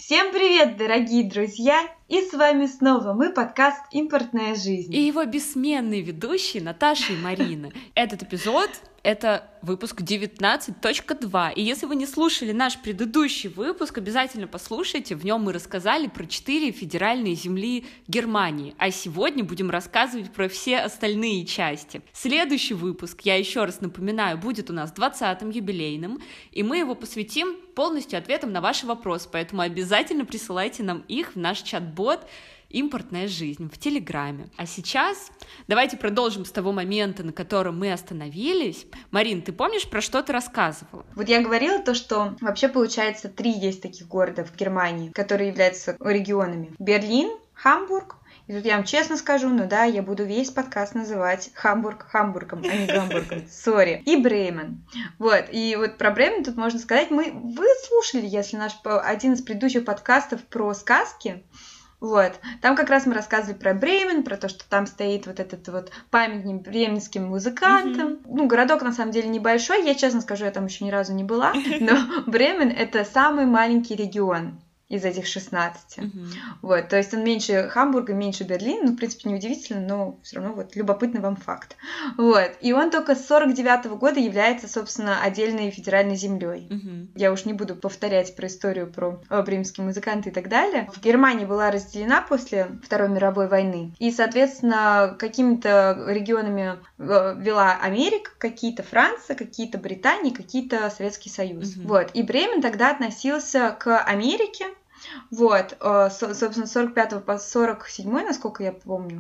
Всем привет, дорогие друзья! И с вами снова мы, подкаст «Импортная жизнь». И его бессменные ведущие Наташа и Марина. Этот эпизод — это выпуск 19.2. И если вы не слушали наш предыдущий выпуск, обязательно послушайте. В нем мы рассказали про 4 федеральные земли Германии. А сегодня будем рассказывать про все остальные части. Следующий выпуск, я еще раз напоминаю, будет у нас 20-м юбилейным. И мы его посвятим полностью ответам на ваши вопросы. Поэтому обязательно присылайте нам их в наш чат-бот «Импортная жизнь» в Телеграме. А сейчас давайте продолжим с того момента, на котором мы остановились. Марин, ты помнишь, про что ты рассказывала? Вот я говорила то, что вообще получается 3 есть таких города в Германии, которые являются регионами. Берлин, Хамбург. И тут я вам честно скажу, я буду весь подкаст называть Хамбург Хамбургом, а не Гамбургом. Сори. И Бремен. И вот про Бремен тут можно сказать, вы слушали, если один из предыдущих подкастов про сказки. Там как раз мы рассказывали про Бремен, про то, что там стоит вот этот вот памятник бременским музыкантам. Городок на самом деле небольшой, я честно скажу, я там еще ни разу не была, но Бремен — это самый маленький регион из этих 16. То есть он меньше Хамбурга, меньше Берлина, в принципе, неудивительно, но все равно любопытный вам факт. И он только с 49-го года является, собственно, отдельной федеральной землей. Я уж не буду повторять про историю про бременские музыканты и так далее. В Германии была разделена после Второй мировой войны, и, соответственно, какими-то регионами вела Америка, какие-то Франция, какие-то Британия, какие-то Советский Союз. И Бремен тогда относился к Америке, собственно, с 45 по 47, насколько я помню.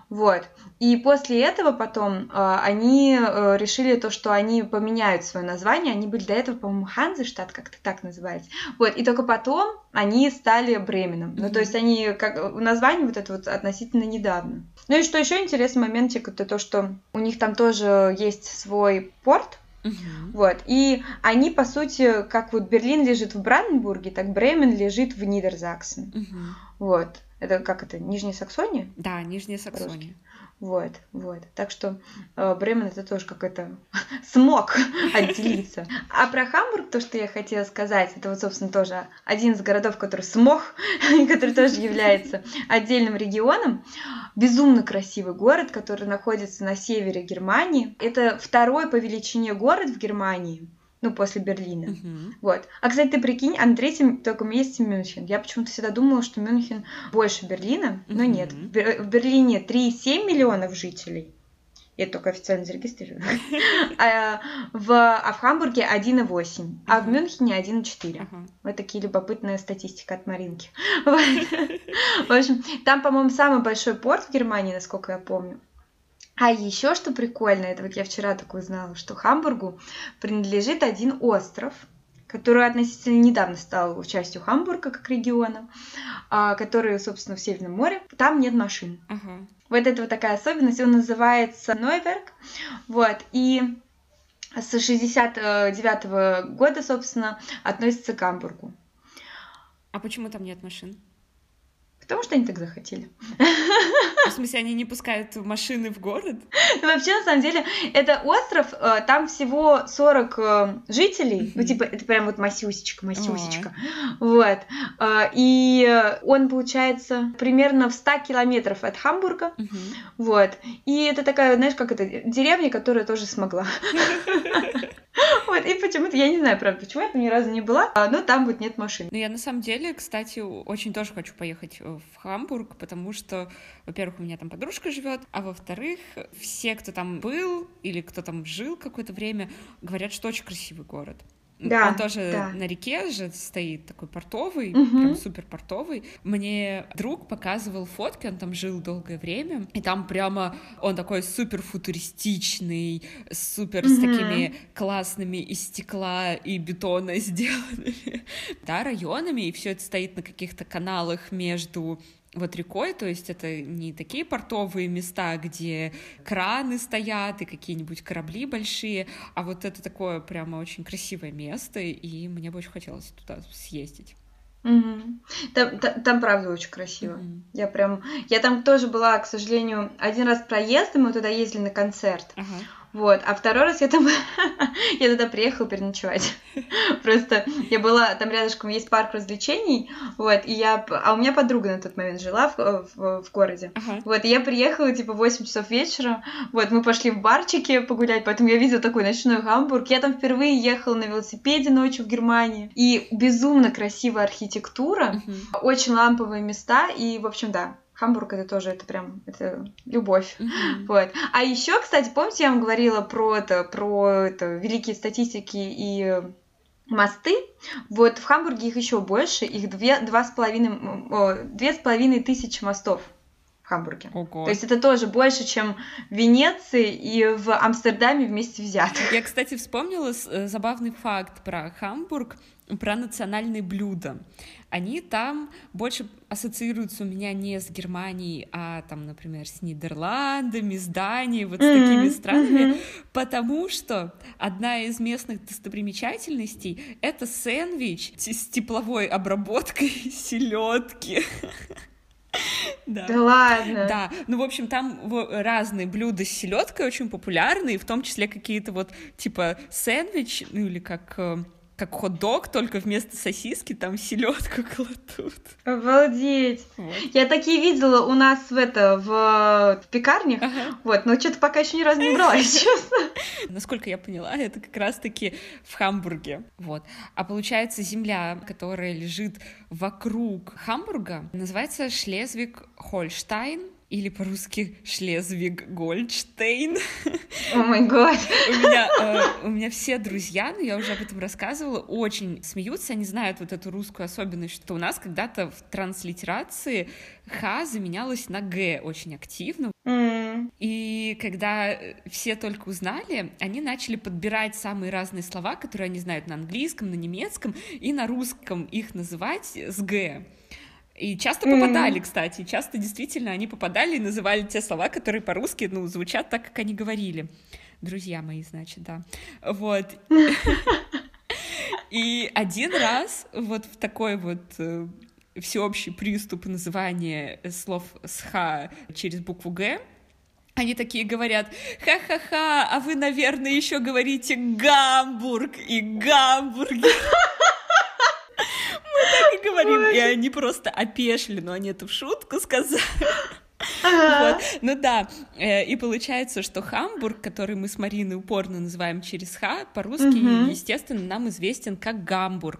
И после этого потом они решили то, что они поменяют свое название. Они были до этого, по-моему, Ханзештадт, как-то так назывались. И только потом они стали Бременом. То есть они название относительно недавно. И что еще интересный моментик, это то, что у них там тоже есть свой порт. И они, по сути, как Берлин лежит в Бранденбурге, так Бремен лежит в Нидерсаксен. Это Нижняя Саксония? Да, Нижняя Саксония. Так что Бремен — это тоже какой-то смог отделиться. А про Хамбург, то, что я хотела сказать, это собственно, тоже один из городов, который смог, который тоже является отдельным регионом. Безумно красивый город, который находится на севере Германии. Это второй по величине город в Германии. После Берлина. А, кстати, ты прикинь, на третьем только месте Мюнхен. Я почему-то всегда думала, что Мюнхен больше Берлина, но нет. В Берлине 3,7 миллионов жителей. Это только официально зарегистрировано. А в Хамбурге 1,8, а в Мюнхене 1,4. Вот такие любопытная статистика от Маринки. В общем, там, по-моему, самый большой порт в Германии, насколько я помню. А еще что прикольно, это я вчера такое узнала, что Хамбургу принадлежит один остров, который относительно недавно стал частью Хамбурга как региона, который, собственно, в Северном море. Там нет машин. Это такая особенность, он называется Нойверк. И с 69-го года, собственно, относится к Гамбургу. А почему там нет машин? Потому что они так захотели. В смысле, они не пускают машины в город? Вообще, на самом деле, это остров, там всего 40 жителей, это прям масюсечка. И он, получается, примерно в 100 километров от Хамбурга. И это такая, деревня, которая тоже смогла. И почему-то, я не знаю, правда, почему я там ни разу не была, но там нет машин. Я на самом деле, кстати, очень тоже хочу поехать в Хамбург, потому что, во-первых, у меня там подружка живет, а во-вторых, все, кто там был или кто там жил какое-то время, говорят, что очень красивый город. Да, он тоже на реке же стоит, такой портовый, прям супер портовый. Мне друг показывал фотки, он там жил долгое время, и там прямо он такой супер футуристичный, супер с такими классными из стекла и бетона сделанными районами, и все это стоит на каких-то каналах между рекой, то есть это не такие портовые места, где краны стоят и какие-нибудь корабли большие, а это такое прямо очень красивое место, и мне бы очень хотелось туда съездить. Там правда очень красиво. Я там тоже была, к сожалению, один раз проездом, мы туда ездили на концерт. Вот, а второй раз я там я туда приехала переночевать. Просто я была, там рядышком есть парк развлечений, вот, а у меня подруга на тот момент жила в городе. Вот, и я приехала, типа, в 8 часов вечера, вот, мы пошли в барчики погулять, поэтому я видела такой ночной Гамбург. Я там впервые ехала на велосипеде ночью в Германии, и безумно красивая архитектура, очень ламповые места, и, в общем, да. Хамбург это тоже, это любовь. Вот. А еще, кстати, помните, я вам говорила про великие статистики и мосты? Вот в Хамбурге их еще больше, их 2500 мостов в Хамбурге. Ого. То есть это тоже больше, чем в Венеции и в Амстердаме вместе взятых. Я, кстати, вспомнила забавный факт про Хамбург, про национальные блюда. Они там больше ассоциируются у меня не с Германией, а там, например, с Нидерландами, с Данией, вот с такими странами, потому что одна из местных достопримечательностей — это сэндвич с тепловой обработкой селедки. Да ладно? Да, ну, в общем, там разные блюда с селедкой очень популярны, и в том числе какие-то вот, типа, сэндвич, ну, или как хот-дог, только вместо сосиски там селедку кладут. Обалдеть! Вот. Я такие видела у нас в пекарнях, вот, но что-то пока еще ни разу не брала, если честно. Насколько я поняла, это как раз-таки в Хамбурге. Вот. А получается, земля, которая лежит вокруг Хамбурга, называется Шлезвиг-Хольштайн, или по-русски Шлезвиг-Гольдштейн. О май гад! У меня все друзья, ну я уже об этом рассказывала, очень смеются, они знают вот эту русскую особенность, что у нас когда-то в транслитерации «х» заменялось на «г» очень активно. И когда все только узнали, они начали подбирать самые разные слова, которые они знают на английском, на немецком, и на русском их называть с «г». И часто попадали, кстати, часто действительно они попадали и называли те слова, которые по-русски, ну, звучат так, как они говорили. Друзья мои, значит, да. Вот. И один раз вот в такой вот всеобщий приступ называния слов с «х» через букву «г», они такие говорят: ха-ха-ха, а вы, наверное, еще говорите «Гамбург» и «Гамбургер». Так и говорим, и они просто опешили, но они это в шутку сказали. Вот. Ну да, и получается, что Хамбург, который мы с Мариной упорно называем через «х», по-русски, естественно, нам известен как Гамбург.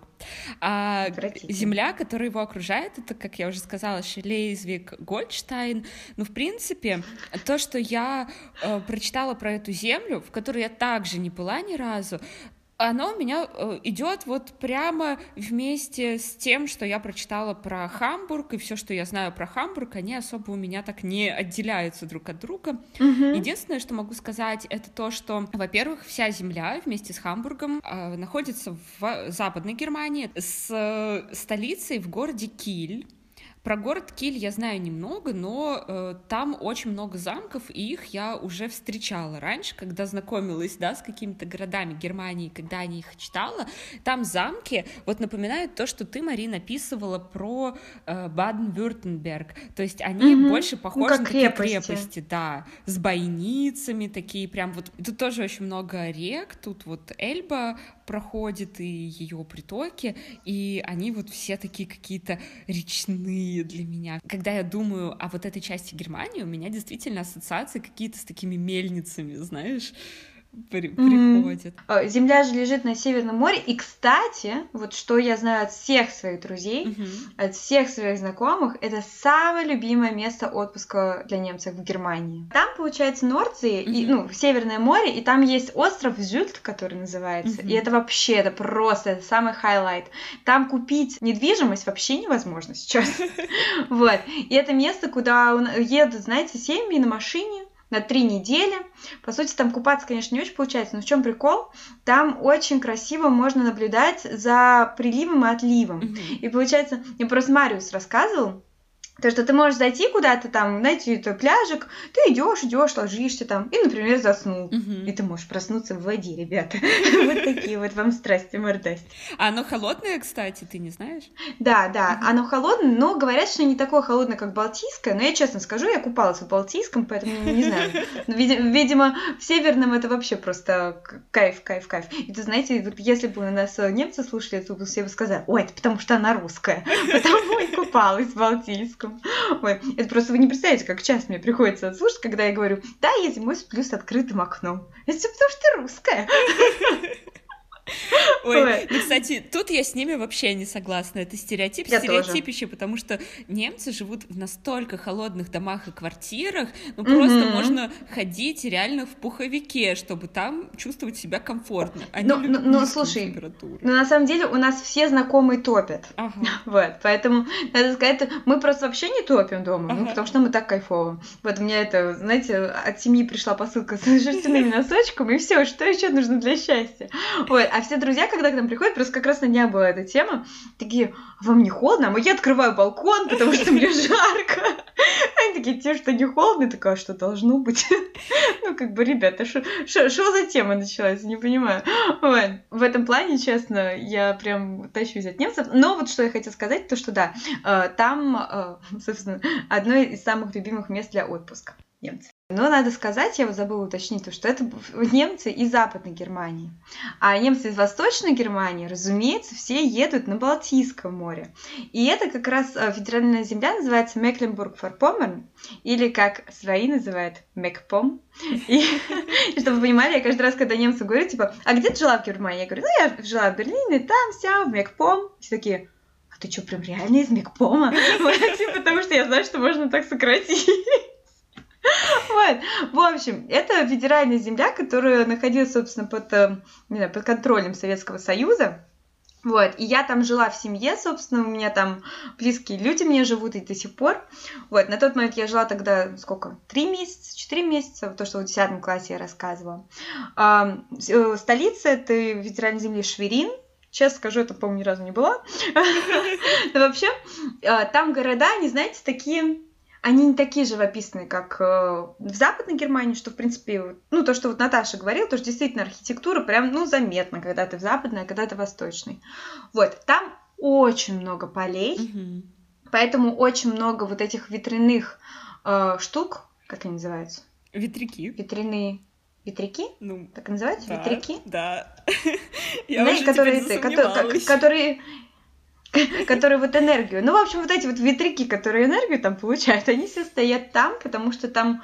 А земля, которая его окружает, это, как я уже сказала, Шлезвиг-Гольдштейн. Ну, в принципе, то, что я прочитала про эту землю, в которой я также не была ни разу, оно у меня идет вот прямо вместе с тем, что я прочитала про Хамбург, и все, что я знаю про Хамбург, они особо у меня так не отделяются друг от друга. Единственное, что могу сказать, это то, что, во-первых, вся земля вместе с Хамбургом находится в Западной Германии, с столицей в городе Киль. Про город Киль я знаю немного, но там очень много замков, и их я уже встречала раньше, когда знакомилась, да, с какими-то городами Германии, когда я их читала. Там замки вот напоминают то, что ты, Марина, описывала про Баден-Вюртемберг. То есть они больше похожи на такие крепости, да, с бойницами такие прям вот. Тут тоже очень много рек, тут вот Эльба проходит и ее притоки, и они вот все такие какие-то речные для меня. Когда я думаю о вот этой части Германии, у меня действительно ассоциации какие-то с такими мельницами, знаешь, приходят. Земля же лежит на Северном море, и, кстати, вот что я знаю от всех своих друзей, от всех своих знакомых, это самое любимое место отпуска для немцев в Германии. Там, получается, Нордзee, и, Северное море, и там есть остров Зюльт, который называется, и это вообще, это просто, это самый хайлайт. Там купить недвижимость вообще невозможно сейчас. Вот. И это место, куда едут, знаете, семьи на машине, на 3 недели. По сути, там купаться, конечно, не очень получается, но в чем прикол? Там очень красиво можно наблюдать за приливом и отливом. И получается, мне просто Мариус рассказывал, То, что ты можешь зайти куда-то там, найти это пляжик, ты идешь, ложишься там и, например, заснул. И ты можешь проснуться в воде, ребята. Вот такие вот вам страсти-мордасти. А оно холодное, кстати, ты не знаешь? Да, оно холодное, но говорят, что не такое холодное, как Балтийское. Но я честно скажу, я купалась в Балтийском, поэтому не знаю. Видимо, в Северном это вообще просто кайф. И ты знаете, вот если бы нас немцы слушали, то бы все бы сказали: ой, это потому что она русская, потому и купалась в Балтийском. Ой, это просто вы не представляете, как часто мне приходится слушать, когда я говорю: да, я зимой сплю с открытым окном. Это все потому, что ты русская. Ой, ну, кстати, тут я с ними вообще не согласна. Это стереотипище, потому что немцы живут в настолько холодных домах и квартирах, ну, просто можно ходить реально в пуховике, чтобы там чувствовать себя комфортно. Они любят низкую температуру. Ну, на самом деле, у нас все знакомые топят. Вот, поэтому, надо сказать, мы просто вообще не топим дома, ну, потому что мы так кайфово. Вот у меня это, знаете, от семьи пришла посылка с шерстяными носочками, и все, что еще нужно для счастья? Вот, а все друзья, когда к нам приходят, просто как раз на днях была эта тема, такие: а вам не холодно? А я открываю балкон, потому что мне жарко. Они такие: тебе что, не холодно? Я такая: что должно быть? Ну, как бы, ребята, что за тема началась? Не понимаю. Вот. В этом плане, честно, я прям тащусь от немцев. Но вот что я хотела сказать, то что да, там, собственно, одно из самых любимых мест для отпуска. Немцы. Но надо сказать, я вот забыла уточнить, то, что это немцы из Западной Германии. А немцы из Восточной Германии, разумеется, все едут на Балтийском море. И это как раз федеральная земля называется Мекленбург-Форпоммерн, или как свои называют Мекпом. И чтобы вы понимали, я каждый раз, когда немцы говорят, типа: а где ты жила в Германии? Я говорю: ну, я жила в Берлине, там вся, в Мекпом. Все такие: а ты что, прям реально из Мекпома? Потому что я знаю, что можно так сократить. Вот. В общем, это федеральная земля, которая находилась, собственно, под контролем Советского Союза. Вот. И я там жила в семье, собственно, у меня там близкие люди мне живут и до сих пор. Вот. На тот момент я жила тогда, 3 месяца, 4 месяца, то, что в 10 классе я рассказывала. Столица этой федеральной земли Шверин. Честно скажу, это, по-моему, ни разу не была. Но вообще, там города, они, знаете, такие... Они не такие живописные, как в Западной Германии, что, в принципе, ну, то, что вот Наташа говорила, то, что действительно архитектура прям, ну, заметна, когда ты в Западной, а когда ты в Восточной. Вот, там очень много полей, поэтому очень много вот этих ветряных штук, как они называются? Ветряки. Ветряные... Ветряки? Ну, так и называются? Да, ветряки? Да. Я уже теперь засомневалась. Которые вот энергию. Ну, в общем, вот эти вот ветряки, которые энергию там получают, они все стоят там, потому что там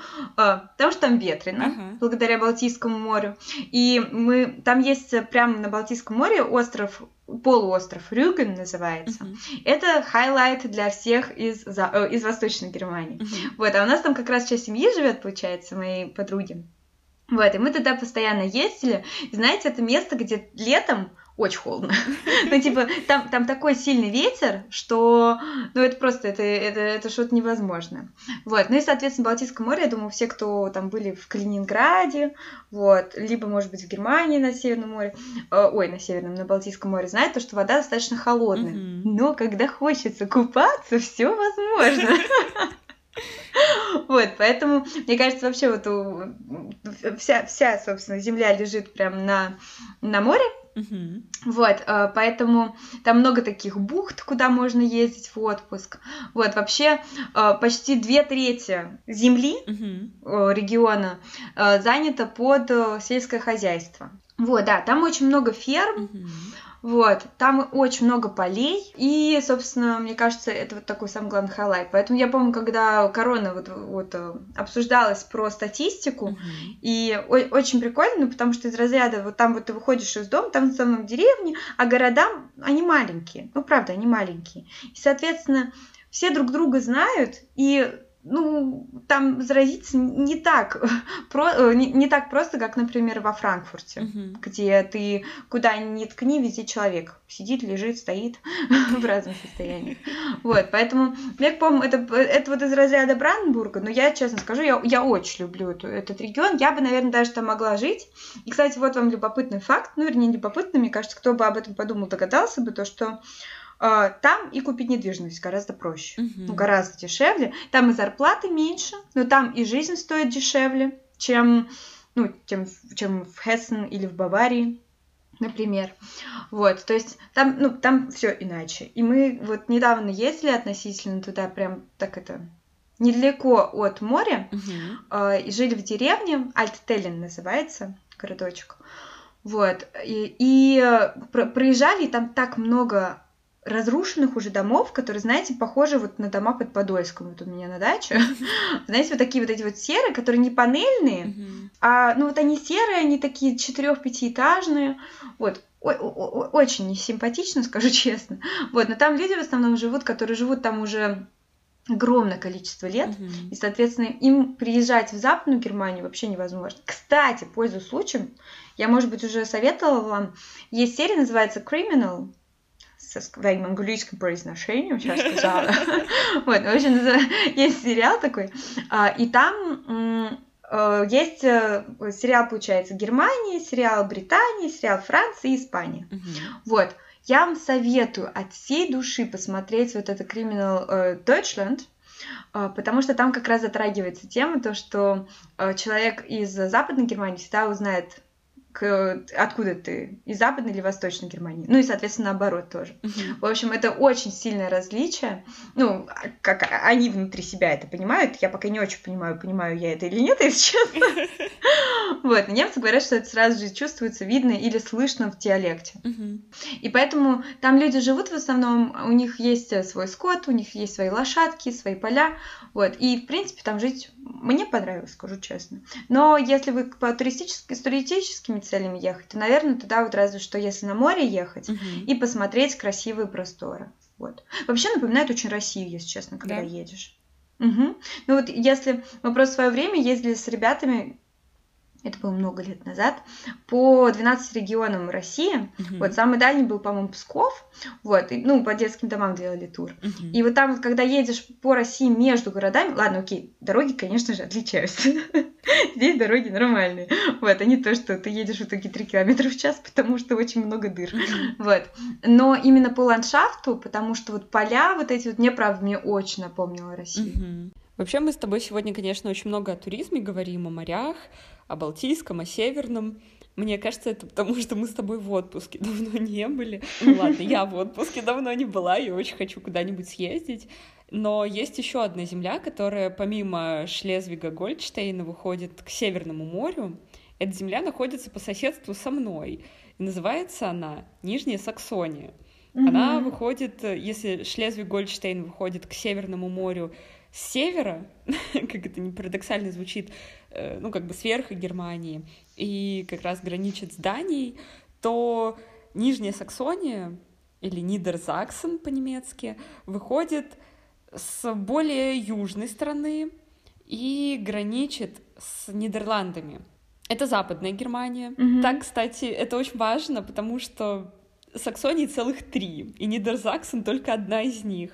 ветрено, благодаря Балтийскому морю. И там есть прямо на Балтийском море полуостров Рюген называется. Это хайлайт для всех из Восточной Германии. Вот, а у нас там как раз часть семьи живет, получается, моей подруги. Вот, и мы туда постоянно ездили. И, знаете, это место, где летом очень холодно. Ну, типа, там такой сильный ветер, что, ну, это просто, это что-то невозможное. Вот, ну и, соответственно, Балтийское море, я думаю, все, кто там были в Калининграде, вот, либо, может быть, в Германии на Северном море, на Балтийском море, знают, то, что вода достаточно холодная. Но когда хочется купаться, все возможно. Вот, поэтому, мне кажется, вообще вот вся, собственно, земля лежит прям на море. Вот, поэтому там много таких бухт, куда можно ездить в отпуск. Вот, вообще почти 2/3 земли региона занято под сельское хозяйство. Вот, да, там очень много ферм. Вот, там очень много полей, и, собственно, мне кажется, это вот такой самый главный хайлайт. Поэтому я помню, когда корона вот обсуждалась про статистику, и очень прикольно, потому что из разряда вот там вот ты выходишь из дома, там в основном деревни, а города, они маленькие, ну, правда, они маленькие. И, соответственно, все друг друга знают, и ну, там заразиться не так просто, как, например, во Франкфурте, где ты куда ни ткни, везде человек сидит, лежит, стоит в разных состояниях. Вот, поэтому, я помню, это вот из разряда Бранденбурга, но я, честно скажу, я очень люблю этот регион, я бы, наверное, даже там могла жить. И, кстати, вот вам любопытный факт, ну, вернее, любопытный, мне кажется, кто бы об этом подумал, догадался бы, то, что там и купить недвижимость гораздо проще, ну, гораздо дешевле. Там и зарплаты меньше, но там и жизнь стоит дешевле, чем в Хессен или в Баварии, например. Вот, то есть там все иначе. И мы вот недавно ездили относительно туда, прям так недалеко от моря, и жили в деревне, Альттеллен называется городочек. Вот, и проезжали, и там так много разрушенных уже домов, которые, знаете, похожи вот на дома под Подольском, вот у меня на даче. Знаете, вот такие вот эти вот серые, которые не панельные, а, ну, вот они серые, они такие 4-5-этажные, вот, очень несимпатично, скажу честно. Вот, но там люди в основном живут, которые живут там уже огромное количество лет, и, соответственно, им приезжать в Западную Германию вообще невозможно. Кстати, пользуясь случаем, я, может быть, уже советовала вам, есть серия, называется «Criminal», со своим английским произношением, сейчас сказала. Вот, в общем, есть сериал такой, и там есть сериал, получается, Германия, сериал Британия, сериал Франция и Испания. Вот, я вам советую от всей души посмотреть вот это Criminal Deutschland, потому что там как раз затрагивается тема, то, что человек из Западной Германии всегда узнает, откуда ты, из Западной или Восточной Германии. Ну и, соответственно, наоборот тоже. В общем, это очень сильное различие. Ну, как они внутри себя это понимают. Я пока не очень понимаю я это или нет, если честно. Вот, и немцы говорят, что это сразу же чувствуется, видно или слышно в диалекте. И поэтому там люди живут в основном, у них есть свой скот, у них есть свои лошадки, свои поля. Вот, и, в принципе, там жить мне понравилось, скажу честно. Но если вы с туристическими целями ехать, то, наверное, туда вот разве что если на море ехать и посмотреть красивые просторы. Вот. Вообще напоминает очень Россию, если честно, когда едешь. Ну вот если мы просто в свое время ездили с ребятами, это было много лет назад, по 12 регионам России. Вот, самый дальний был, по-моему, Псков. Вот, и, ну, по детским домам делали тур. И вот там, вот, когда едешь по России между городами, ладно, окей, дороги, конечно же, отличаются. Здесь дороги нормальные. Вот, а не то, что ты едешь в итоге 3 км в час, потому что очень много дыр. Вот. Но именно по ландшафту, потому что вот поля вот эти вот, мне, правда, мне очень напомнило Россию. Вообще мы с тобой сегодня, конечно, очень много о туризме говорим, о морях, о Балтийском, о Северном. Мне кажется, это потому, что мы с тобой в отпуске давно не были. Ну ладно, я в отпуске давно не была, и очень хочу куда-нибудь съездить. Но есть еще одна земля, которая помимо Шлезвига-Гольдштейна выходит к Северному морю. Эта земля находится по соседству со мной. И называется она Нижняя Саксония. Она выходит, если Шлезвиг-Гольдштейн выходит к Северному морю с севера, как это не парадоксально звучит, ну, как бы с верха Германии, и как раз граничит с Данией, то Нижняя Саксония, или Нидерсаксен по-немецки, выходит с более южной стороны и граничит с Нидерландами. Это Западная Германия. Так, кстати, это очень важно, потому что Саксонии целых 3, и Нидерсаксен только одна из них.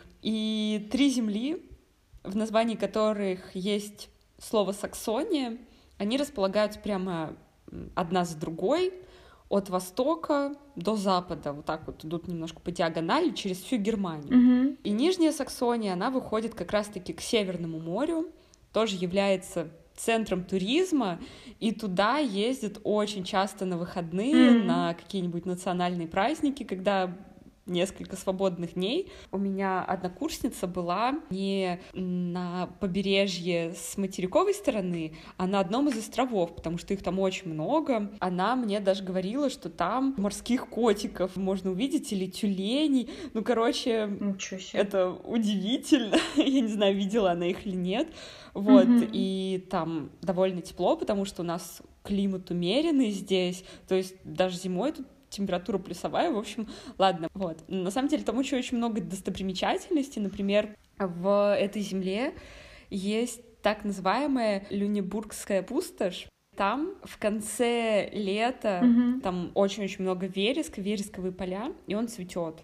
И 3 земли, в названии которых есть слово «Саксония», они располагаются прямо одна за другой, от востока до запада, вот так вот идут немножко по диагонали через всю Германию. И Нижняя Саксония, она выходит как раз-таки к Северному морю, тоже является центром туризма, и туда ездят очень часто на выходные, на какие-нибудь национальные праздники, когда несколько свободных дней. У меня однокурсница была не на побережье с материковой стороны, а на одном из островов, потому что их там очень много. Она мне даже говорила, что там морских котиков можно увидеть или тюленей. Ну, короче, это удивительно. Я не знаю, видела она их или нет. Вот, и там довольно тепло, потому что у нас климат умеренный здесь, то есть даже зимой тут температура плюсовая, в общем, ладно, вот. На самом деле там очень много достопримечательностей, например, в этой земле есть так называемая Люнебургская пустошь. Там в конце лета там очень-очень много вереска, вересковые поля, и он цветет.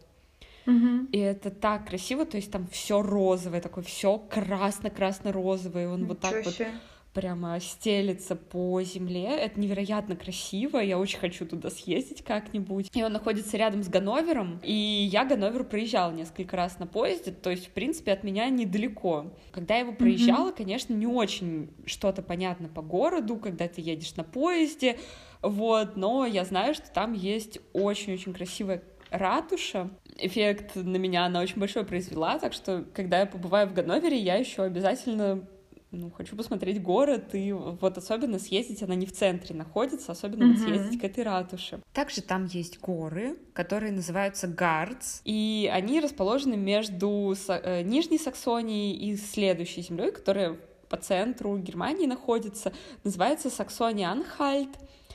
И это так красиво, то есть там все розовое, такое все красно-красно-розовое, он вот так вот прямо стелется по земле. Это невероятно красиво, я очень хочу туда съездить как-нибудь. И он находится рядом с Ганновером, и я Ганновер проезжала несколько раз на поезде, то есть, в принципе, от меня недалеко. Когда я его проезжала, конечно, не очень что-то понятно по городу, когда ты едешь на поезде, вот, но я знаю, что там есть очень-очень красивая ратуша. Эффект на меня она очень большой произвела, так что, когда я побываю в Ганновере, я еще обязательно хочу посмотреть город, и вот особенно съездить, она не в центре находится, особенно вот съездить к этой ратуше. Также там есть горы, которые называются Гардс, и они расположены между Нижней Саксонией и следующей землей, которая по центру Германии находится, называется Саксония-Анхальт,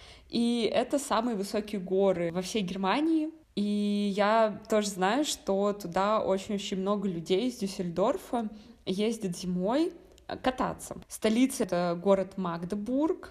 и это самые высокие горы во всей Германии. И я тоже знаю, что туда очень-очень много людей из Дюссельдорфа ездят зимой кататься. Столица — это город Магдебург,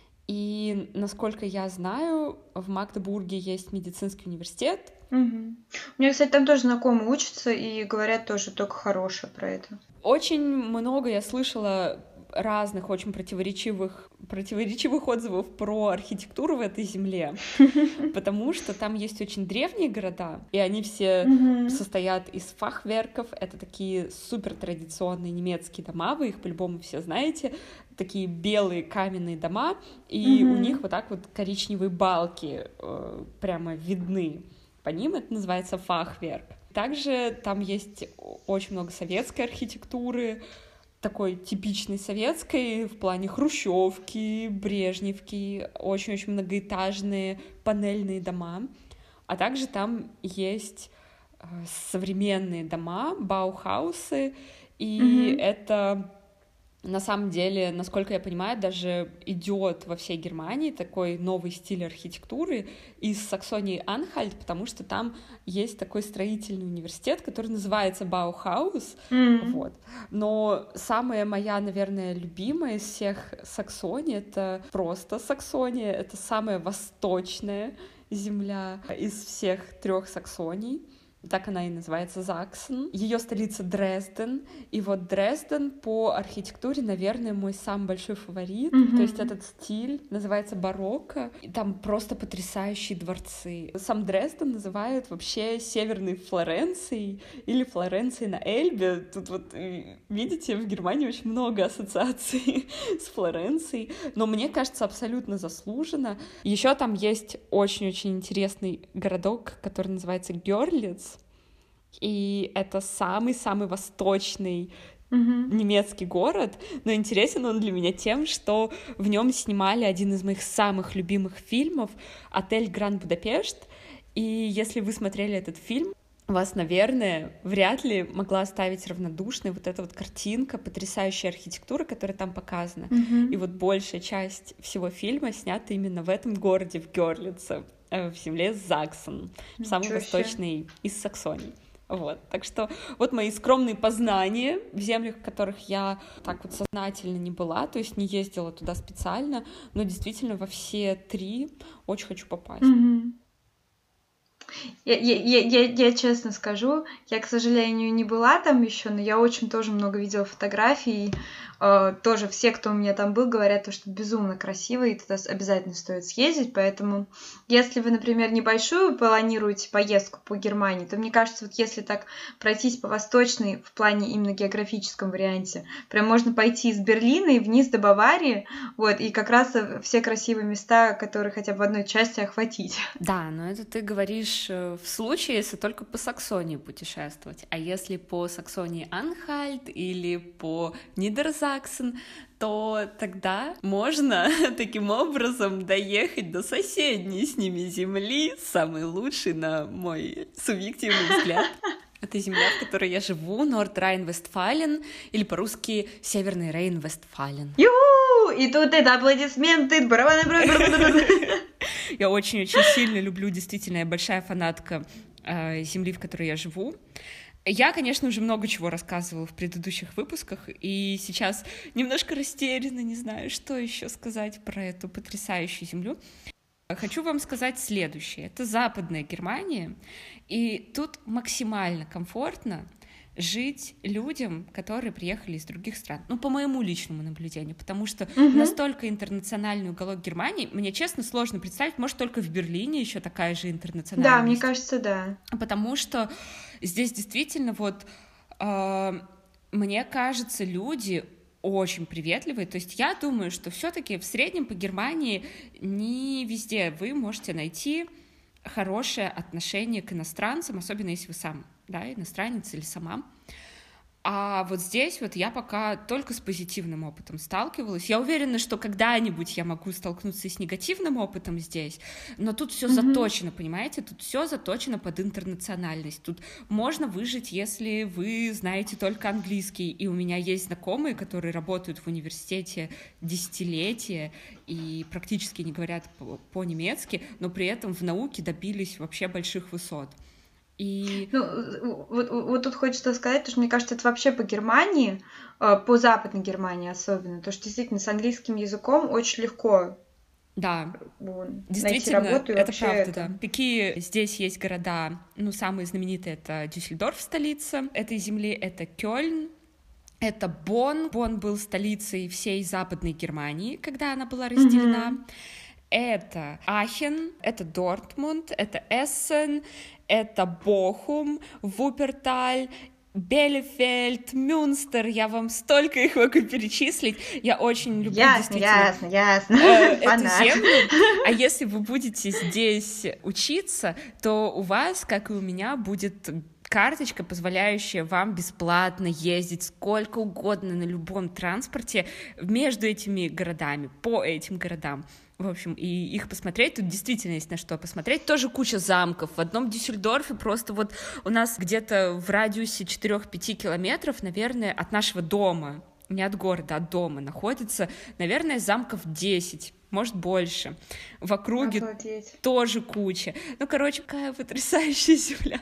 и, насколько я знаю, в Магдебурге есть медицинский университет. У меня, кстати, там тоже знакомые учатся и говорят тоже только хорошее про это. Очень много я слышала разных очень противоречивых отзывов про архитектуру в этой земле, потому что там есть очень древние города, и они все состоят из фахверков. Это такие супер традиционные немецкие дома, вы их по-любому все знаете, такие белые каменные дома, и у них вот так вот коричневые балки прямо видны. По ним это называется фахверк. Также там есть очень много советской архитектуры, такой типичной советской в плане хрущевки, брежневки, очень-очень многоэтажные панельные дома. А также там есть современные дома, баухаусы, и это на самом деле, насколько я понимаю, даже идет во всей Германии такой новый стиль архитектуры из Саксонии-Анхальт, потому что там есть такой строительный университет, который называется Баухаус. Вот. Но самая моя, наверное, любимая из всех Саксоний — это просто Саксония, это самая восточная земля из всех 3 Саксоний. Так она и называется, Заксен. Ее столица Дрезден. И вот Дрезден по архитектуре, наверное, мой самый большой фаворит. То есть этот стиль называется барокко. И там просто потрясающие дворцы. Сам Дрезден называют вообще Северной Флоренцией или Флоренцией на Эльбе. Тут вот, видите, в Германии очень много ассоциаций с Флоренцией. Но мне кажется, абсолютно заслуженно. Еще там есть очень-очень интересный городок, который называется Гёрлиц. И это самый-самый восточный немецкий город, но интересен он для меня тем, что в нем снимали один из моих самых любимых фильмов «Отель Гранд Будапешт», и если вы смотрели этот фильм, вас, наверное, вряд ли могла оставить равнодушной вот эта вот картинка, потрясающая архитектура, которая там показана. И вот большая часть всего фильма снята именно в этом городе, в Гёрлице, в земле Заксен, самый восточный из Саксоний. Вот, так что вот мои скромные познания в землях, в которых я так вот сознательно не была, то есть не ездила туда специально, но действительно во все 3 очень хочу попасть. Я честно скажу, я, к сожалению, не была там еще, но я очень тоже много видела фотографий. Тоже все, кто у меня там был, говорят, что безумно красиво, и туда обязательно стоит съездить. Поэтому, если вы, например, небольшую планируете поездку по Германии, то мне кажется, вот если так пройтись по восточной в плане именно географическом варианте, прям можно пойти из Берлина и вниз до Баварии, вот, и как раз все красивые места, которые хотя бы в одной части охватить. Да, но это ты говоришь в случае, если только по Саксонии путешествовать. А если по Саксонии-Анхальт или по Нидерсаксен, то тогда можно таким образом доехать до соседней с ними земли, самой лучшей, на мой субъективный взгляд. Это земля, в которой я живу, Норд-Райн-Вестфален, или по-русски Северный Рейн-Вестфален. Ю! И тут это аплодисменты, барабаны. Я очень-очень сильно люблю, действительно, я большая фанатка земли, в которой я живу. Я, конечно, уже много чего рассказывала в предыдущих выпусках, и сейчас немножко растеряна, не знаю, что еще сказать про эту потрясающую землю. Хочу вам сказать следующее. Это Западная Германия, и тут максимально комфортно. жить людям, которые приехали из других стран. Ну, по моему личному наблюдению, потому что настолько интернациональный уголок Германии, мне, честно, сложно представить, может, только в Берлине еще такая же интернациональность. Да, мне кажется, да. Потому что здесь действительно вот, мне кажется, люди очень приветливые. То есть я думаю, что все-таки в среднем по Германии не везде вы можете найти хорошее отношение к иностранцам, особенно если вы сам, да, иностранец или сама. А вот здесь вот я пока только с позитивным опытом сталкивалась. Я уверена, что когда-нибудь я могу столкнуться и с негативным опытом здесь, но тут все заточено, понимаете? Тут все заточено под интернациональность. Тут можно выжить, если вы знаете только английский. И у меня есть знакомые, которые работают в университете десятилетия и практически не говорят по-немецки, но при этом в науке добились вообще больших высот. И... Ну, вот тут хочется сказать, что мне кажется, это вообще по Германии, по Западной Германии особенно, то что действительно с английским языком очень легко найти работу. И это правда, да. Какие здесь есть города, ну, самые знаменитые — это Дюссельдорф, столица этой земли, это Кёльн, это Бонн. Бонн был столицей всей Западной Германии, когда она была разделена. Это Ахен, это Дортмунд, это Эссен, это Бохум, Вуперталь, Белефельд, Мюнстер. Я вам столько их могу перечислить. Я очень люблю ясно. Эту землю. А если вы будете здесь учиться, то у вас, как и у меня, будет карточка, позволяющая вам бесплатно ездить сколько угодно на любом транспорте между этими городами, по этим городам. В общем, и их посмотреть, тут действительно есть на что посмотреть. Тоже куча замков. В одном Дюссельдорфе просто вот у нас где-то в радиусе 4-5 километров, наверное, от нашего дома, не от города, а от дома, находится, наверное, замков 10, может, больше. В округе тоже куча. Ну, короче, какая потрясающая земля.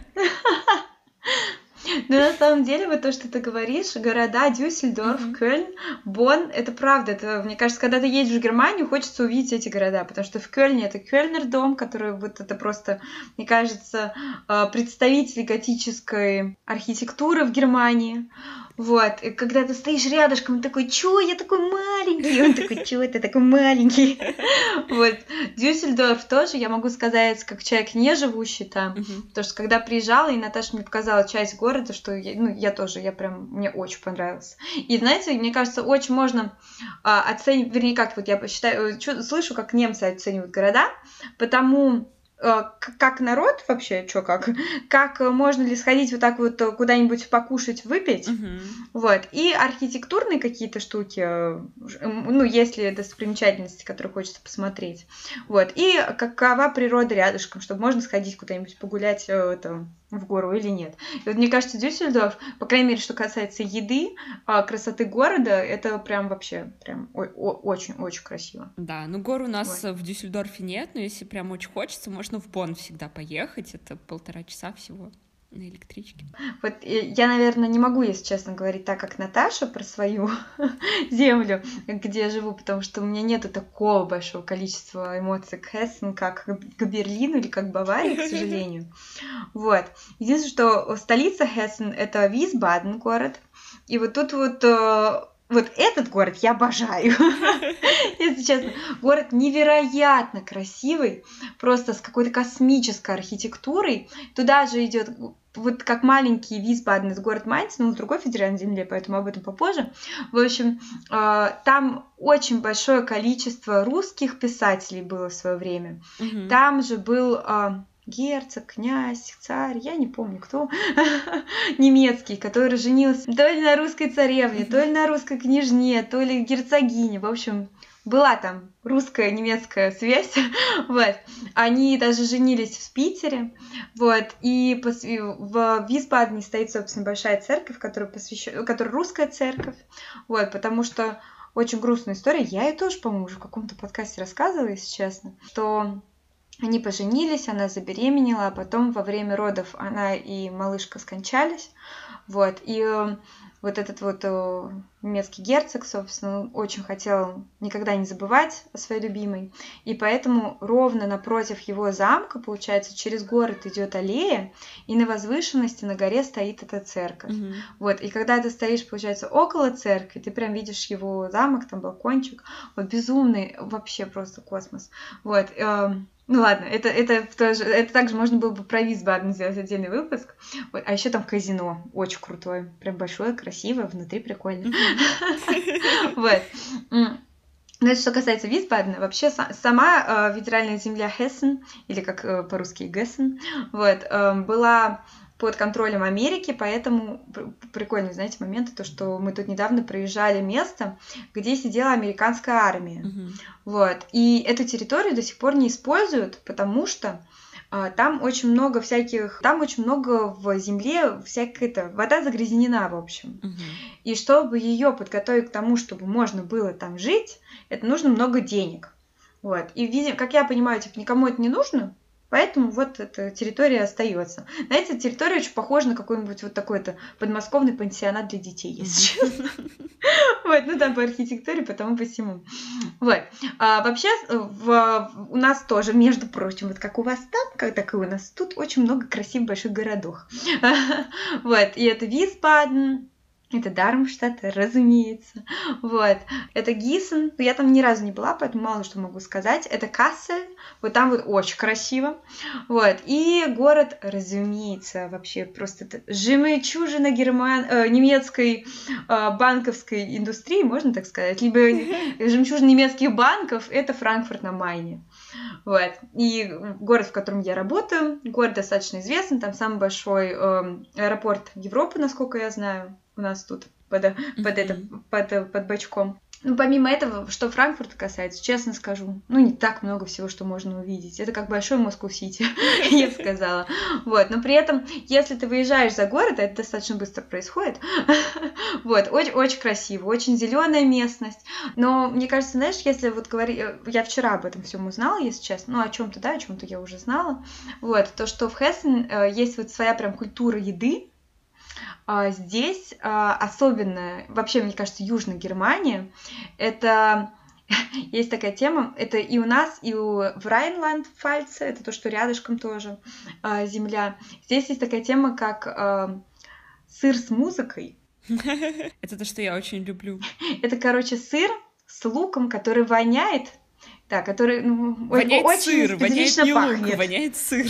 Но на самом деле, вот то, что ты говоришь, города Дюссельдорф, Кёльн, Бонн, это правда. Это, мне кажется, когда ты едешь в Германию, хочется увидеть эти города, потому что в Кёльне это Кёльнер-дом, который вот это просто, мне кажется, представитель готической архитектуры в Германии. Вот, и когда ты стоишь рядышком, он такой: чё, я такой маленький? Он такой: чё, ты такой маленький? Вот, Дюссельдорф тоже, я могу сказать, как человек, не живущий там, потому что когда приезжала, и Наташа мне показала часть города, что я тоже, мне очень понравилось. И знаете, мне кажется, очень можно оценить, вернее, как вот я считаю, слышу, как немцы оценивают города, потому... как народ вообще, как можно ли сходить вот так вот куда-нибудь покушать, выпить, вот, и архитектурные какие-то штуки, ну, если достопримечательности, которые хочется посмотреть, вот, и какова природа рядышком, чтобы можно сходить куда-нибудь погулять в гору или нет. И вот мне кажется, Дюссельдорф, по крайней мере, что касается еды, красоты города, это прям вообще прям очень-очень красиво. Да, ну гор у нас в Дюссельдорфе нет, но если прям очень хочется, можно в Бонн всегда поехать, это 1,5 часа всего на электричке. Вот я, наверное, не могу, если честно, говорить так, как Наташа, про свою землю, где я живу, потому что у меня нету такого большого количества эмоций к Хессен, как к Берлину или как к Баварии, к сожалению. Вот. Единственное, что столица Хессен — это Висбаден город, и вот тут вот этот город я обожаю, если честно. Город невероятно красивый, просто с какой-то космической архитектурой. Туда же идет вот как маленький Висбаден, это город Майнц, но с другой федеральной земле, поэтому об этом попозже. В общем, там очень большое количество русских писателей было в свое время. Там же был... герцог, князь, царь, я не помню кто, немецкий, который женился то ли на русской царевне, то ли на русской княжне, то ли герцогине, в общем, была там русская, немецкая связь, вот, они даже женились в Питере, вот, и в Висбадене стоит, собственно, большая церковь, которая русская церковь, вот, потому что очень грустная история, я ее тоже, по-моему, уже в каком-то подкасте рассказывала, если честно, что они поженились, она забеременела, а потом во время родов она и малышка скончались, вот, и вот этот вот немецкий герцог, собственно, он очень хотел никогда не забывать о своей любимой, и поэтому ровно напротив его замка, получается, через город идет аллея, и на возвышенности на горе стоит эта церковь. Вот, и когда ты стоишь, получается, около церкви, ты прям видишь его замок, там балкончик, вот безумный, вообще просто космос. Вот, ну ладно, это также можно было бы про Висбаден сделать отдельный выпуск. Вот, а еще там казино, очень крутое, прям большое, красивое, внутри прикольно. Вот. Ну, это что касается Висбадена, вообще сама федеральная земля Хессен, или как по-русски Гессен, вот, была под контролем Америки, поэтому прикольно, знаете, момент, то, что мы тут недавно проезжали место, где сидела американская армия. Вот. И эту территорию до сих пор не используют, потому что там очень много в земле вода загрязнена, в общем. И чтобы ее подготовить к тому, чтобы можно было там жить, это нужно много денег. Вот. И, видимо, как я понимаю, никому это не нужно, поэтому вот эта территория остается. Знаете, территория очень похожа на какой-нибудь вот такой-то подмосковный пансионат для детей, если честно. Вот, ну там по архитектуре, потому по всему. Вот. Вообще, у нас тоже, между прочим, вот как у вас там, так и у нас тут очень много красивых больших городов. Вот, и это Висбаден, это Дармштадт, разумеется. Вот. Это Гиссен. Я там ни разу не была, поэтому мало что могу сказать. Это Кассель. Вот там вот очень красиво. Вот. И город, разумеется, вообще просто жемчужина немецкой банковской индустрии, можно так сказать. Либо жемчужина немецких банков — это Франкфурт на Майне. Вот. И город, в котором я работаю, город достаточно известный. Там самый большой аэропорт Европы, насколько я знаю. У нас тут под бочком. Ну, помимо этого, что Франкфурта касается, честно скажу, ну, не так много всего, что можно увидеть. Это как большой Москва-Сити, я бы сказала. Вот. Но при этом, если ты выезжаешь за город, это достаточно быстро происходит. Вот. Очень красиво, очень зеленая местность. Но мне кажется, знаешь, если вот говорить... Я вчера об этом всем узнала, если честно. Ну, о чем-то, да, о чем-то я уже знала. Вот. То, что в Хессен есть вот своя прям культура еды. Здесь особенно, вообще, мне кажется, Южная Германия, это есть такая тема, это и у нас, и в Райнланд-Пфальце, это то, что рядышком тоже земля. Здесь есть такая тема, как сыр с музыкой. Это то, что я очень люблю. Это, короче, сыр с луком, который воняет, да, который воняет очень сыр, специфично воняет пахнет. лук, воняет сыр.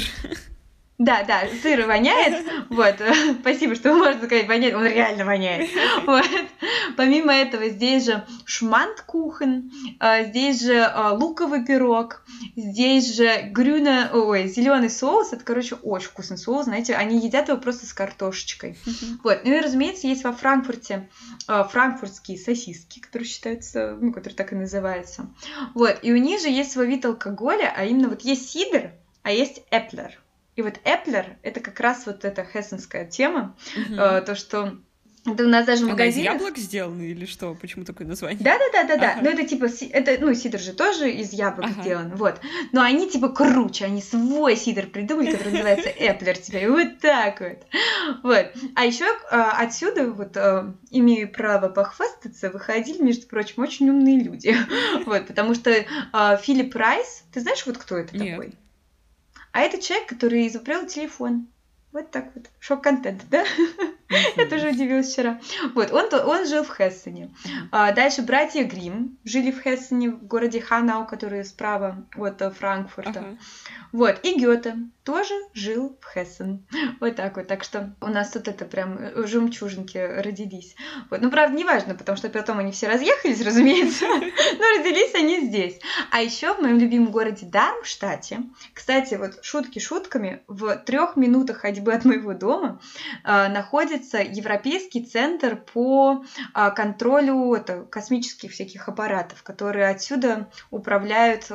Да, сыр воняет, вот, спасибо, что вы можете сказать, воняет, он реально воняет, вот. Помимо этого, здесь же шманткухен, здесь же луковый пирог, здесь же зеленый соус, это, короче, очень вкусный соус, знаете, они едят его просто с картошечкой, вот. Ну и, разумеется, есть во Франкфурте франкфуртские сосиски, которые считаются, которые так и называются, вот, и у них же есть свой вид алкоголя, а именно вот есть сидр, а есть эплер. И вот эплер — это как раз вот эта хессенская тема, то, что это у нас даже в магазинах... Она из яблок сделана или что? Почему такое название? Да. Ну, это типа, сидр же тоже из яблок сделан, вот. Но они типа круче, они свой сидр придумали, который называется эплер теперь, вот так вот. Вот. А еще отсюда вот, имею право похвастаться, выходили, между прочим, очень умные люди. Вот, потому что Филипп Райс, ты знаешь, вот кто это такой? А это человек, который изобрел телефон. Вот так вот. Шок-контент, да? Я тоже удивилась вчера. Вот, он жил в Хессене. Дальше братья Гримм жили в Хессене, в городе Ханау, который справа от Франкфурта. Вот, и Гёте тоже жил в Хессен. Вот так вот. Так что у нас тут это прям жемчужинки родились. Вот. Ну, правда, не важно, потому что потом они все разъехались, разумеется. Но родились они здесь. А еще в моем любимом городе Дармштадте, кстати, вот шутки шутками, в 3 минутах ходьбы от моего дома находится Европейский центр по контролю космических всяких аппаратов, которые отсюда управляют...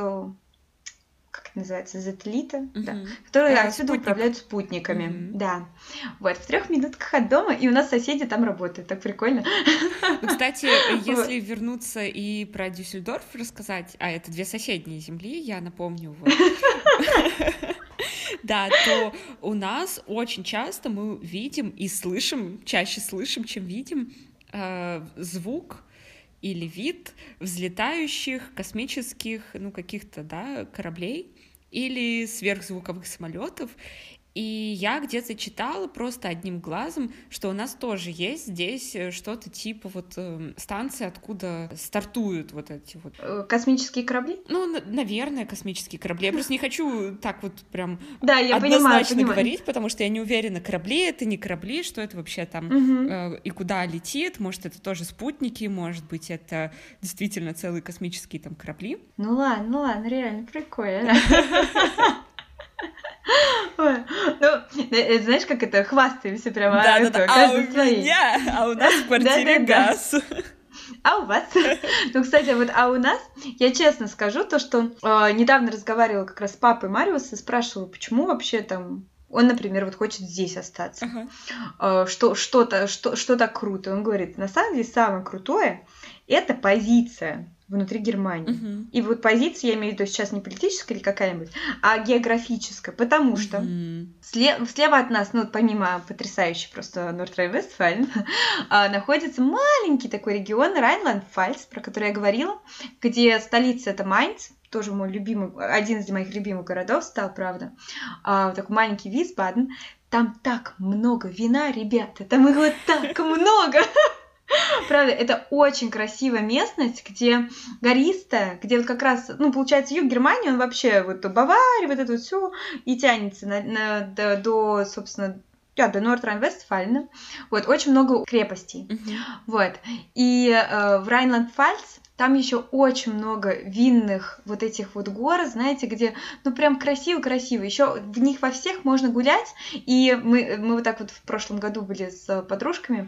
как это называется, сателлиты, да, которые отсюда управляют спутниками. Да. Вот, в 3 минутках от дома, и у нас соседи там работают. Так прикольно. Ну, кстати, если вернуться и про Дюссельдорф рассказать, это 2 соседние земли, я напомню, вот. Да, то у нас очень часто мы видим и слышим, чаще слышим, чем видим, звук или вид взлетающих космических, ну, каких-то, да, кораблей или сверхзвуковых самолетов. И я где-то читала просто одним глазом, что у нас тоже есть здесь что-то типа вот станции, откуда стартуют вот эти вот... Космические корабли? Ну, наверное, космические корабли. Я просто не хочу так вот прям да, я однозначно понимаю. говорить, потому что я не уверена, корабли это, не корабли, что это вообще там и куда летит. Может, это тоже спутники, может быть, это действительно целые космические там корабли. Ну ладно, реально прикольно. Ой, ну, знаешь, как это, хвастаемся прямо. Да, а у меня, а у нас в квартире газ. А у вас? Ну, кстати, вот, а у нас, я честно скажу, то, что недавно разговаривала как раз с папой Мариуса, спрашивала, почему вообще там он, например, вот хочет здесь остаться. Что так круто? Он говорит, на самом деле самое крутое – это позиция внутри Германии. И вот позиция, я имею в виду сейчас не политическая или какая-нибудь, а географическая, потому что слева от нас, ну, помимо потрясающей просто Нордрейн-Вестфален, находится маленький такой регион Райнланд-Пфальц, про который я говорила, где столица это Майнц, тоже мой любимый, один из моих любимых городов стал, правда, такой маленький Висбаден. Там так много вина, ребята, там его так много! Правда, это очень красивая местность, где гористая, где вот как раз, ну, получается, юг Германии, он вообще вот до Баварии, вот это вот все и тянется до, собственно, до Нордрейн-Вестфалена. Вот, очень много крепостей. Вот. И в Райнланд-Пфальц там еще очень много винных вот этих вот гор, знаете, где, ну, прям красиво-красиво. Еще в них во всех можно гулять. И мы вот так вот в прошлом году были с подружками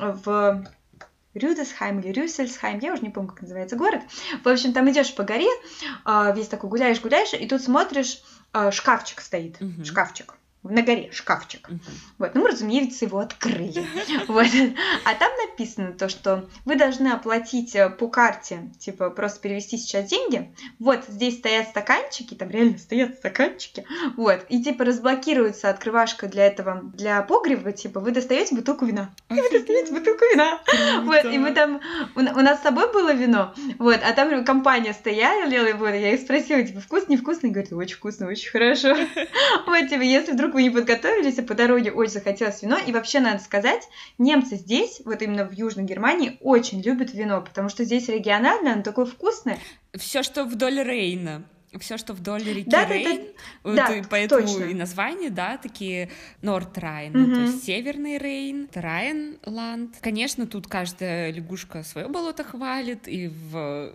в Рюдесхайм или Рюссельсхайм, я уже не помню, как называется город. В общем, там идешь по горе, весь такой гуляешь, и тут смотришь, шкафчик стоит, шкафчик. На горе шкафчик. Вот, ну, разумеется, его открыли. Вот. А там написано то, что вы должны оплатить по карте, типа, просто перевести сейчас деньги. Вот, здесь стоят стаканчики, там реально стоят стаканчики. Вот, и, типа, разблокируется открывашка для этого, для погреба, типа, вы достаете бутылку вина. И вы достаете бутылку вина. Вот, и мы там, у нас с собой было вино, вот, а там компания стояла, вот, я их спросила, типа, вкусно, невкусно? И говорит, очень вкусно, очень хорошо. Вот, типа, если вдруг вы не подготовились, а по дороге очень захотелось вино. И вообще, надо сказать, немцы здесь, вот именно в Южной Германии, очень любят вино, потому что здесь региональное, оно такое вкусное. Все, что вдоль Рейна. Все, что вдоль реки Рейн, да, и поэтому точно. И названия, да, такие Нордрайн, то есть Северный Рейн, Райнланд. Конечно, тут каждая лягушка свое болото хвалит, и в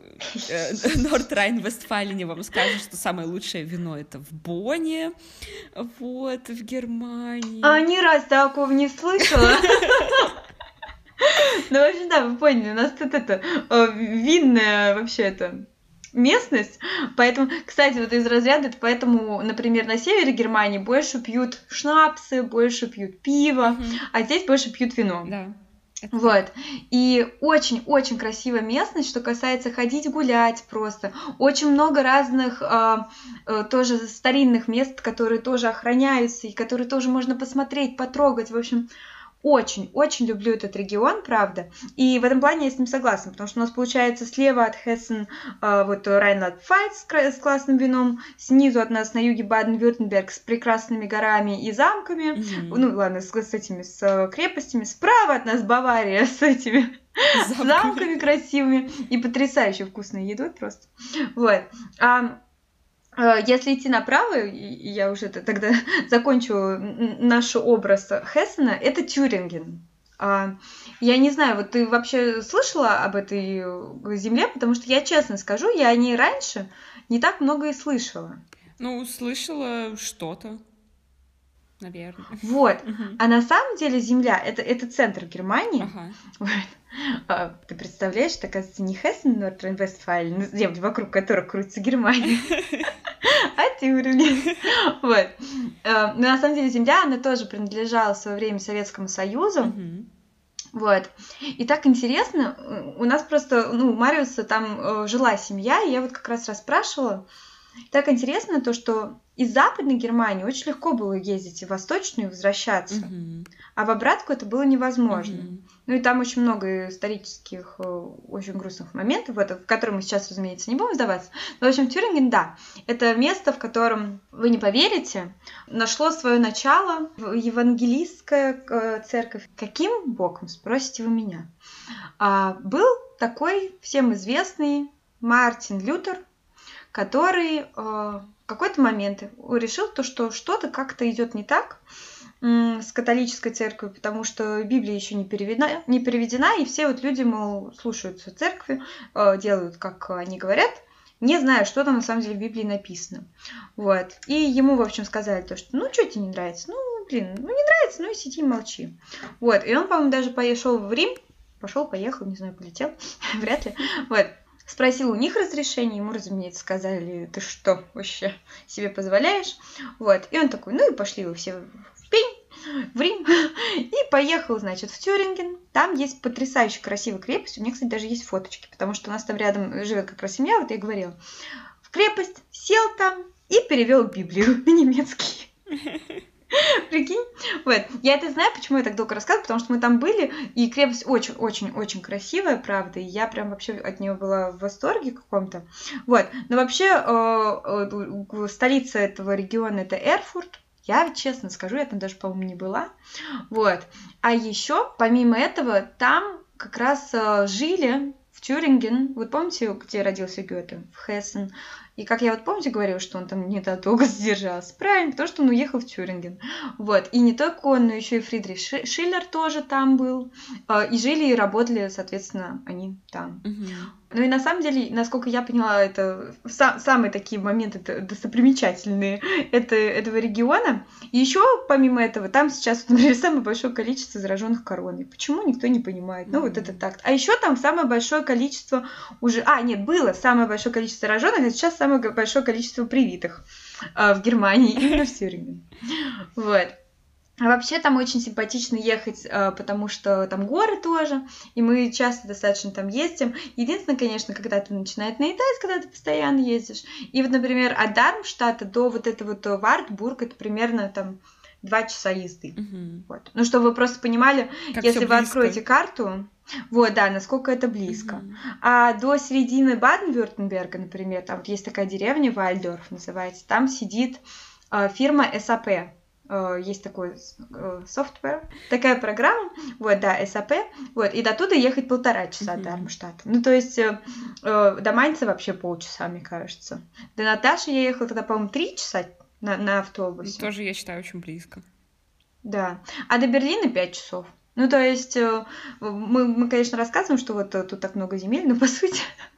Нордрайн-Вестфалене вам скажут, что самое лучшее вино это в Бонне, вот, в Германии. Ни раз такого не слышала. Ну, в общем, да, вы поняли, у нас тут это винная вообще это местность, поэтому, кстати, вот из разряда, поэтому, например, на севере Германии больше пьют шнапсы, больше пьют пиво, а здесь больше пьют вино. Да. Вот. И очень-очень красивая местность, что касается ходить гулять просто. Очень много разных тоже старинных мест, которые тоже охраняются, и которые тоже можно посмотреть, потрогать. В общем, очень-очень люблю этот регион, правда. И в этом плане я с ним согласна, потому что у нас получается слева от Хессен вот Райнланд-Пфальц с классным вином, снизу от нас на юге Баден-Вюртемберг с прекрасными горами и замками, ну ладно, с этими, с крепостями, справа от нас Бавария с этими замками красивыми и потрясающе вкусной едой просто. Вот. Если идти направо, я уже тогда закончу наш образ Хессена, это Тюринген. Я не знаю, вот ты вообще слышала об этой земле? Потому что я честно скажу, я о ней раньше не так много и слышала. Ну, слышала что-то, наверное. Вот. А на самом деле земля это центр Германии. Вот. Ты представляешь, это, оказывается, не Хессен, Нордрейн-Вестфален, земли, вокруг которых крутится Германия, а Тюринген. Вот. Но на самом деле земля, она тоже принадлежала в свое время Советскому Союзу. Вот. И так интересно, у нас просто, у Мариуса там жила семья, и я вот как раз расспрашивала. Так интересно то, что из Западной Германии очень легко было ездить в Восточную и возвращаться, а в обратку это было невозможно. Ну и там очень много исторических, очень грустных моментов, в которые мы сейчас, разумеется, не будем вдаваться. Но, в общем, Тюринген, да, это место, в котором, вы не поверите, нашло свое начало евангелистская церковь. Каким боком, спросите вы меня? Был такой всем известный Мартин Лютер, который в какой-то момент решил, что что-то как-то идет не так с католической церковью, потому что Библия еще не переведена, и все вот люди, мол, слушаются церкви, делают, как они говорят, не зная, что там на самом деле в Библии написано. Вот. И ему, в общем, сказали то, что что тебе не нравится? Не нравится, и сиди и молчи. Вот. И он, по-моему, даже пошел в Рим, поехал, не знаю, полетел, вряд ли. Вот. Спросил у них разрешение, ему, разумеется, сказали, ты что вообще себе позволяешь? Вот. И он такой, и пошли вы все в пень, в Рим. И поехал, значит, в Тюринген. Там есть потрясающе красивая крепость. У меня, кстати, даже есть фоточки, потому что у нас там рядом живет как раз семья, вот я говорила. В крепость, сел там и перевел Библию на немецкий. Прикинь? Вот. Я это знаю, почему я так долго рассказываю, потому что мы там были, и крепость очень-очень-очень красивая, правда, и я прям вообще от нее была в восторге каком-то. Вот. Но вообще столица этого региона — это Эрфурт. Я, честно скажу, я там даже, по-моему, не была. Вот. А еще, помимо этого, там как раз жили в Тюринген. Вот помните, где родился Гёте? В Хессен. И как я вот помните говорила, что он там не так долго задержался? Правильно, потому что он уехал в Тюринген. Вот. И не только он, но еще и Фридрих Шиллер тоже там был. И жили, и работали, соответственно, они там. Ну и на самом деле, насколько я поняла, это самые такие моменты достопримечательные этого региона. И еще, помимо этого, там сейчас, например, самое большое количество зараженных короной. Почему, никто не понимает. Ну, вот это так. А еще там самое большое количество уже... было самое большое количество зараженных, а сейчас самое большое количество привитых в Германии, именно в Тюрингене. Вот. А вообще там очень симпатично ехать, потому что там горы тоже, и мы часто достаточно там ездим. Единственное, конечно, когда ты начинает наедать, когда ты постоянно ездишь. И вот, например, от Дармштадта до вот этого Вартбург, это примерно там 2 часа езды. Вот. Ну, чтобы вы просто понимали, как если вы откроете карту, вот, да, насколько это близко. А до середины Баден-Вюртемберга, например, там вот есть такая деревня, Вальдорф называется, там сидит фирма SAP. Есть такой софтвер, такая программа, вот, да, SAP, вот, и до туда ехать 1,5 часа до Дармштадта. Ну, то есть до Майнца вообще полчаса, мне кажется. До Наташи я ехала тогда, по-моему, 3 часа на автобусе. Тоже, я считаю, очень близко. Да, а до Берлина 5 часов. Ну, то есть мы, конечно, рассказываем, что вот тут так много земель, но по сути...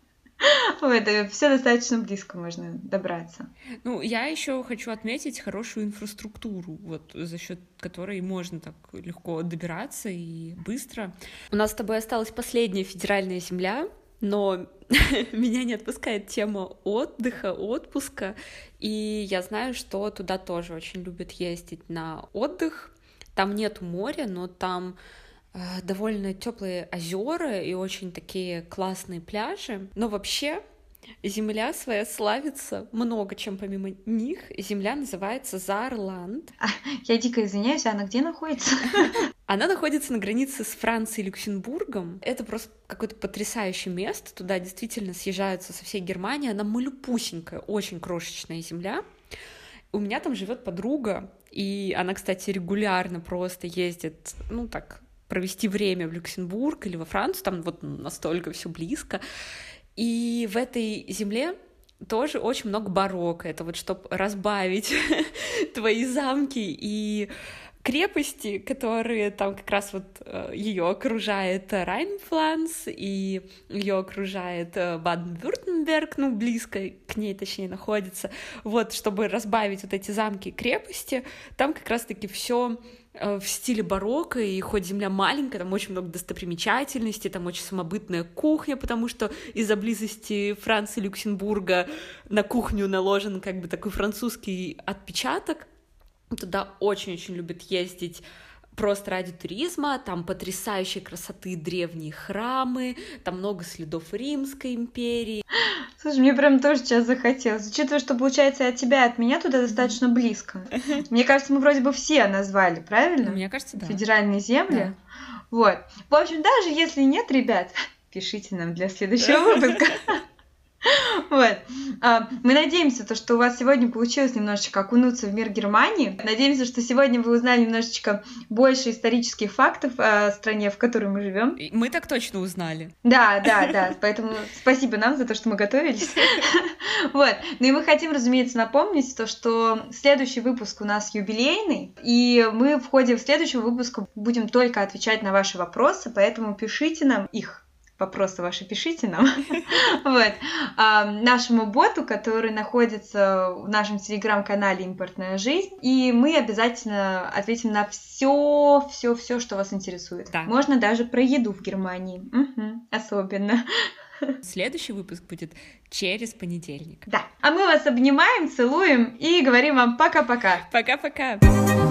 Это все достаточно близко можно добраться. Ну, я еще хочу отметить хорошую инфраструктуру, вот за счет которой можно так легко добираться и быстро. У нас с тобой осталась последняя федеральная земля, но меня не отпускает тема отдыха, отпуска, и я знаю, что туда тоже очень любят ездить на отдых. Там нету моря, но там довольно теплые озера и очень такие классные пляжи. Но вообще земля своя славится много чем помимо них. Земля называется Заарланд. Я дико извиняюсь, а она где находится? Она находится на границе с Францией и Люксембургом. Это просто какое-то потрясающее место. Туда действительно съезжаются со всей Германии. Она малюпусенькая, очень крошечная земля. У меня там живет подруга, и она, кстати, регулярно просто ездит, провести время в Люксембург или во Францию, там вот настолько все близко. И в этой земле тоже очень много барокко. Это вот чтобы разбавить твои замки и крепости, которые там как раз вот ее окружает Райнфланс, и ее окружает Баден-Вюртемберг, близко к ней, точнее, находится. Вот, чтобы разбавить вот эти замки и крепости, там как раз-таки все в стиле барокко, и хоть земля маленькая, там очень много достопримечательностей, там очень самобытная кухня, потому что из-за близости Франции и Люксембурга на кухню наложен такой французский отпечаток. Туда очень-очень любят ездить просто ради туризма, там потрясающей красоты древние храмы, там много следов Римской империи. Слушай, мне прям тоже сейчас захотелось. Учитывая, что, получается, от тебя и от меня туда достаточно близко. Мне кажется, мы вроде бы все назвали, правильно? Мне кажется, да. Федеральные земли. Да. Вот. В общем, даже если нет, ребят, пишите нам для следующего выпуска. Вот. Мы надеемся, что у вас сегодня получилось немножечко окунуться в мир Германии. Надеемся, что сегодня вы узнали немножечко больше исторических фактов о стране, в которой мы живем. Мы так точно узнали. Да. Поэтому спасибо нам за то, что мы готовились. Вот. Ну и мы хотим, разумеется, напомнить то, что следующий выпуск у нас юбилейный, и мы в ходе следующего выпуска будем только отвечать на ваши вопросы, поэтому пишите нам их. Вопросы ваши пишите нам. Вот. Нашему боту, который находится в нашем телеграм-канале «Импортная жизнь». И мы обязательно ответим на все, что вас интересует. Да. Можно даже про еду в Германии. Особенно. Следующий выпуск будет через понедельник. Да. А мы вас обнимаем, целуем и говорим вам пока-пока. Пока-пока.